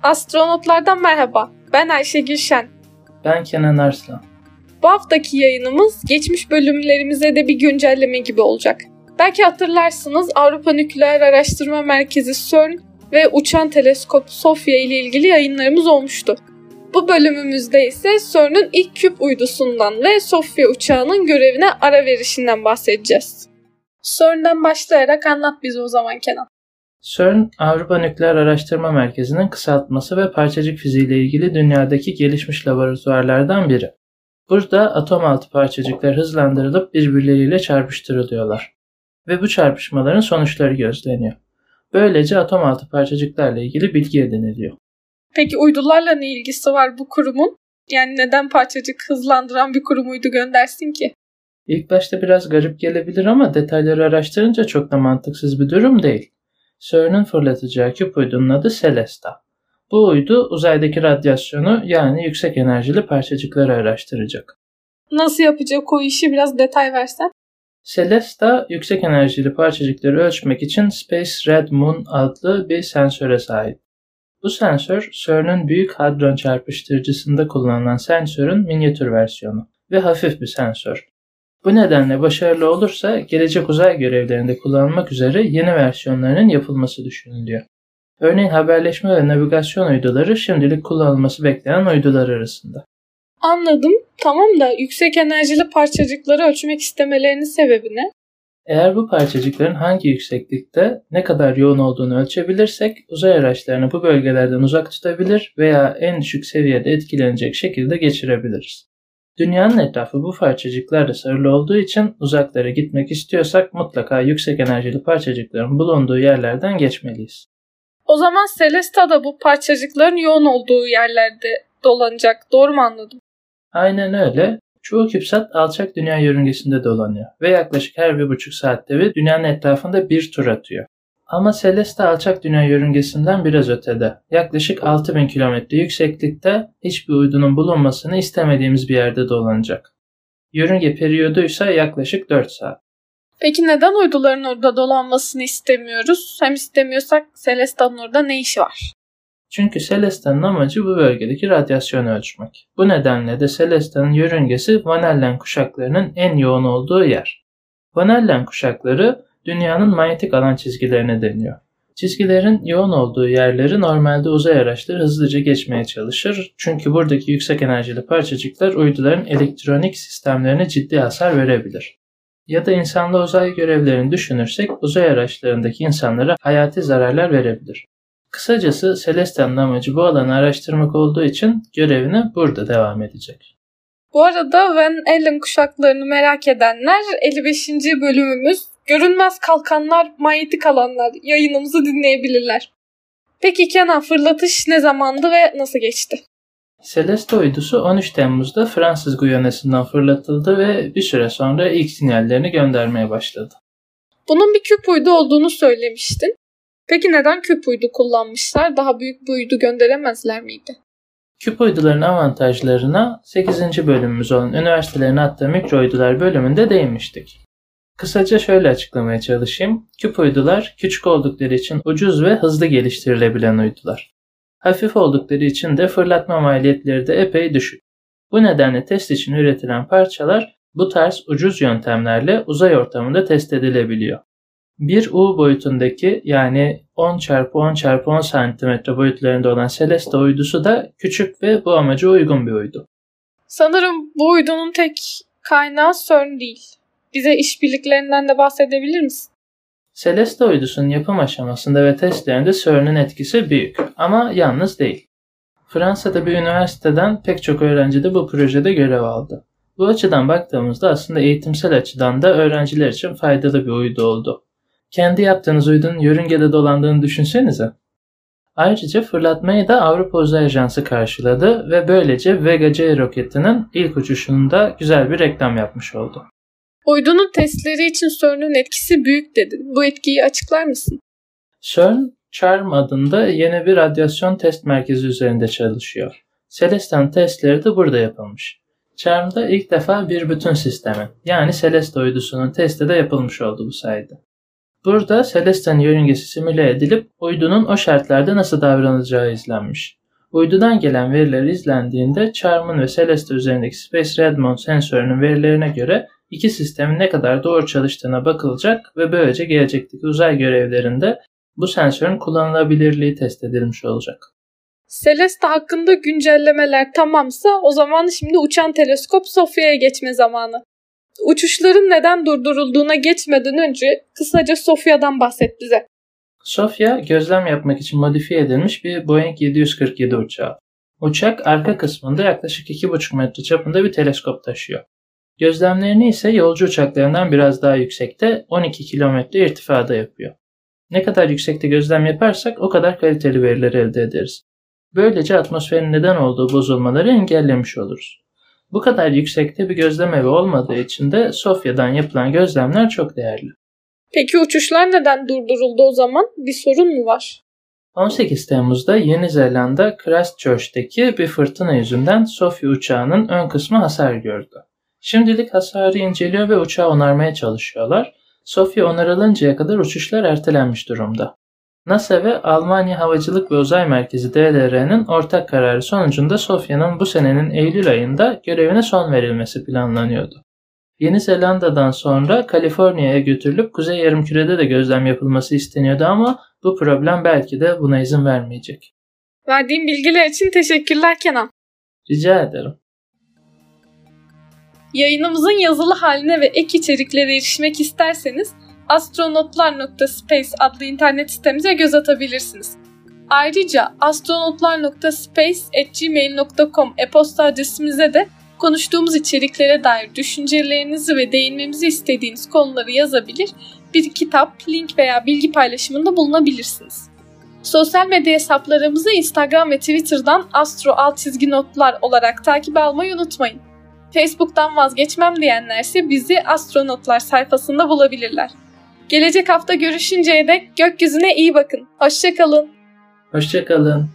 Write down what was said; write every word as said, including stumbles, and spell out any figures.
Astronotlardan merhaba, ben Ayşe Gülşen. Ben Kenan Arslan. Bu haftaki yayınımız geçmiş bölümlerimize de bir güncelleme gibi olacak. Belki hatırlarsınız, Avrupa Nükleer Araştırma Merkezi CERN ve Uçan Teleskop SOFIA ile ilgili yayınlarımız olmuştu. Bu bölümümüzde ise CERN'ün ilk küp uydusundan ve SOFIA uçağının görevine ara verişinden bahsedeceğiz. CERN'den başlayarak anlat bize o zaman Kenan. CERN, Avrupa Nükleer Araştırma Merkezi'nin kısaltması ve parçacık fiziği ile ilgili dünyadaki gelişmiş laboratuvarlardan biri. Burada atom altı parçacıklar hızlandırılıp birbirleriyle çarpıştırılıyorlar ve bu çarpışmaların sonuçları gözleniyor. Böylece atom altı parçacıklarla ilgili bilgi ediniliyor. Peki uydularla ne ilgisi var bu kurumun? Yani neden parçacık hızlandıran bir kurum uydu göndersin ki? İlk başta biraz garip gelebilir ama detayları araştırınca çok da mantıksız bir durum değil. CERN'ün fırlatacağı küp uydunun adı Celesta. Bu uydu uzaydaki radyasyonu yani yüksek enerjili parçacıkları araştıracak. Nasıl yapacak o işi, biraz detay versen? Celesta yüksek enerjili parçacıkları ölçmek için Space Red Moon adlı bir sensöre sahip. Bu sensör CERN'ün Büyük Hadron Çarpıştırıcısında kullanılan sensörün minyatür versiyonu ve hafif bir sensör. Bu nedenle başarılı olursa gelecek uzay görevlerinde kullanılmak üzere yeni versiyonlarının yapılması düşünülüyor. Örneğin haberleşme ve navigasyon uyduları şimdilik kullanılması beklenen uydular arasında. Anladım. Tamam da yüksek enerjili parçacıkları ölçmek istemelerinin sebebi ne? Eğer bu parçacıkların hangi yükseklikte ne kadar yoğun olduğunu ölçebilirsek uzay araçlarını bu bölgelerden uzak tutabilir veya en düşük seviyede etkilenecek şekilde geçirebiliriz. Dünyanın etrafı bu parçacıklarla sarılı olduğu için uzaklara gitmek istiyorsak mutlaka yüksek enerjili parçacıkların bulunduğu yerlerden geçmeliyiz. O zaman Celesta da bu parçacıkların yoğun olduğu yerlerde dolanacak. Doğru mu anladım? Aynen öyle. Çoğu küpsat alçak dünya yörüngesinde dolanıyor ve yaklaşık her bir buçuk saatte bir dünyanın etrafında bir tur atıyor. Ama Celesta alçak dünya yörüngesinden biraz ötede. Yaklaşık altı bin kilometre yükseklikte hiçbir uydunun bulunmasını istemediğimiz bir yerde dolanacak. Yörünge periyodu ise yaklaşık dört saat. Peki neden uyduların orada dolanmasını istemiyoruz? Hem istemiyorsak Celesta'nın orada ne işi var? Çünkü Celesta'nın amacı bu bölgedeki radyasyonu ölçmek. Bu nedenle de Celesta'nın yörüngesi Van Allen kuşaklarının en yoğun olduğu yer. Van Allen kuşakları dünyanın manyetik alan çizgilerine deniyor. Çizgilerin yoğun olduğu yerleri normalde uzay araçları hızlıca geçmeye çalışır. Çünkü buradaki yüksek enerjili parçacıklar uyduların elektronik sistemlerine ciddi hasar verebilir. Ya da insanlı uzay görevlerini düşünürsek uzay araçlarındaki insanlara hayati zararlar verebilir. Kısacası Celesta'nın amacı bu alanı araştırmak olduğu için görevine burada devam edecek. Bu arada Van Allen kuşaklarını merak edenler elli beşinci bölümümüz Görünmez Kalkanlar, Manyetik Alanlar yayınımızı dinleyebilirler. Peki Kenan, fırlatış ne zamandı ve nasıl geçti? Celesta uydusu on üç Temmuz'da Fransız Guyana'sından fırlatıldı ve bir süre sonra ilk sinyallerini göndermeye başladı. Bunun bir küp uydu olduğunu söylemiştin. Peki neden küp uydu kullanmışlar? Daha büyük bir uydu gönderemezler miydi? Küp uyduların avantajlarına sekizinci bölümümüz olan üniversitelerin attığı mikro uydular bölümünde değinmiştik. Kısaca şöyle açıklamaya çalışayım. Küp uydular küçük oldukları için ucuz ve hızlı geliştirilebilen uydular. Hafif oldukları için de fırlatma maliyetleri de epey düşük. Bu nedenle test için üretilen parçalar bu tarz ucuz yöntemlerle uzay ortamında test edilebiliyor. bir U boyutundaki yani on çarpı on çarpı on santimetre boyutlarında olan Celesta uydusu da küçük ve bu amaca uygun bir uydu. Sanırım bu uydunun tek kaynağı CERN değil. Bize işbirliklerinden de bahsedebilir misin? Celesta uydusunun yapım aşamasında ve testlerinde CERN'ün etkisi büyük ama yalnız değil. Fransa'da bir üniversiteden pek çok öğrenci de bu projede görev aldı. Bu açıdan baktığımızda aslında eğitimsel açıdan da öğrenciler için faydalı bir uydu oldu. Kendi yaptığınız uydunun yörüngede dolandığını düşünsenize. Ayrıca fırlatmayı da Avrupa Uzay Ajansı karşıladı ve böylece Vega C roketinin ilk uçuşunda güzel bir reklam yapmış oldu. Uydunun testleri için CERN'ün etkisi büyük dedin. Bu etkiyi açıklar mısın? CERN, CHARM adında yeni bir radyasyon test merkezi üzerinde çalışıyor. Celesta'nın testleri de burada yapılmış. CHARM'da ilk defa bir bütün sistemin yani Celesta uydusunun testi de yapılmış oldu bu sayede. Burada Celeste'nin yörüngesi simüle edilip uydunun o şartlarda nasıl davranacağı izlenmiş. Uydudan gelen veriler izlendiğinde Charm'ın ve Celeste üzerindeki Space Redmond sensörünün verilerine göre iki sistemin ne kadar doğru çalıştığına bakılacak ve böylece gelecekteki uzay görevlerinde bu sensörün kullanılabilirliği test edilmiş olacak. Celeste hakkında güncellemeler tamamsa o zaman şimdi uçan teleskop Sophia'ya geçme zamanı. Uçuşların neden durdurulduğuna geçmeden önce kısaca Sophia'dan bahset bize. Sophia, gözlem yapmak için modifiye edilmiş bir Boeing yedi yüz kırk yedi uçağı. Uçak arka kısmında yaklaşık iki buçuk metre çapında bir teleskop taşıyor. Gözlemlerini ise yolcu uçaklarından biraz daha yüksekte on iki kilometre irtifada yapıyor. Ne kadar yüksekte gözlem yaparsak o kadar kaliteli veriler elde ederiz. Böylece atmosferin neden olduğu bozulmaları engellemiş oluruz. Bu kadar yüksekte bir gözlem evi olmadığı için de Sophia'dan yapılan gözlemler çok değerli. Peki uçuşlar neden durduruldu o zaman? Bir sorun mu var? on sekiz Temmuz'da Yeni Zelanda Christchurch'teki bir fırtına yüzünden Sophia uçağının ön kısmı hasar gördü. Şimdilik hasarı inceliyor ve uçağı onarmaya çalışıyorlar. Sophia onarılıncaya kadar uçuşlar ertelenmiş durumda. NASA ve Almanya Havacılık ve Uzay Merkezi D L R'nin ortak kararı sonucunda Sophia'nın bu senenin Eylül ayında görevine son verilmesi planlanıyordu. Yeni Zelanda'dan sonra Kaliforniya'ya götürülüp Kuzey Yarımküre'de de gözlem yapılması isteniyordu ama bu problem belki de buna izin vermeyecek. Verdiğin bilgiler için teşekkürler Kenan. Rica ederim. Yayınımızın yazılı haline ve ek içeriklere erişmek isterseniz astronotlar nokta space adlı internet sitemize göz atabilirsiniz. Ayrıca astronotlar nokta space at gmail nokta com e-posta adresimize de konuştuğumuz içeriklere dair düşüncelerinizi ve değinmemizi istediğiniz konuları yazabilir, bir kitap, link veya bilgi paylaşımında bulunabilirsiniz. Sosyal medya hesaplarımızı Instagram ve Twitter'dan astro alt çizgi notlar olarak takip almayı unutmayın. Facebook'tan vazgeçmem diyenlerse bizi Astronotlar sayfasında bulabilirler. Gelecek hafta görüşünceye dek gökyüzüne iyi bakın. Hoşça kalın. Hoşça kalın.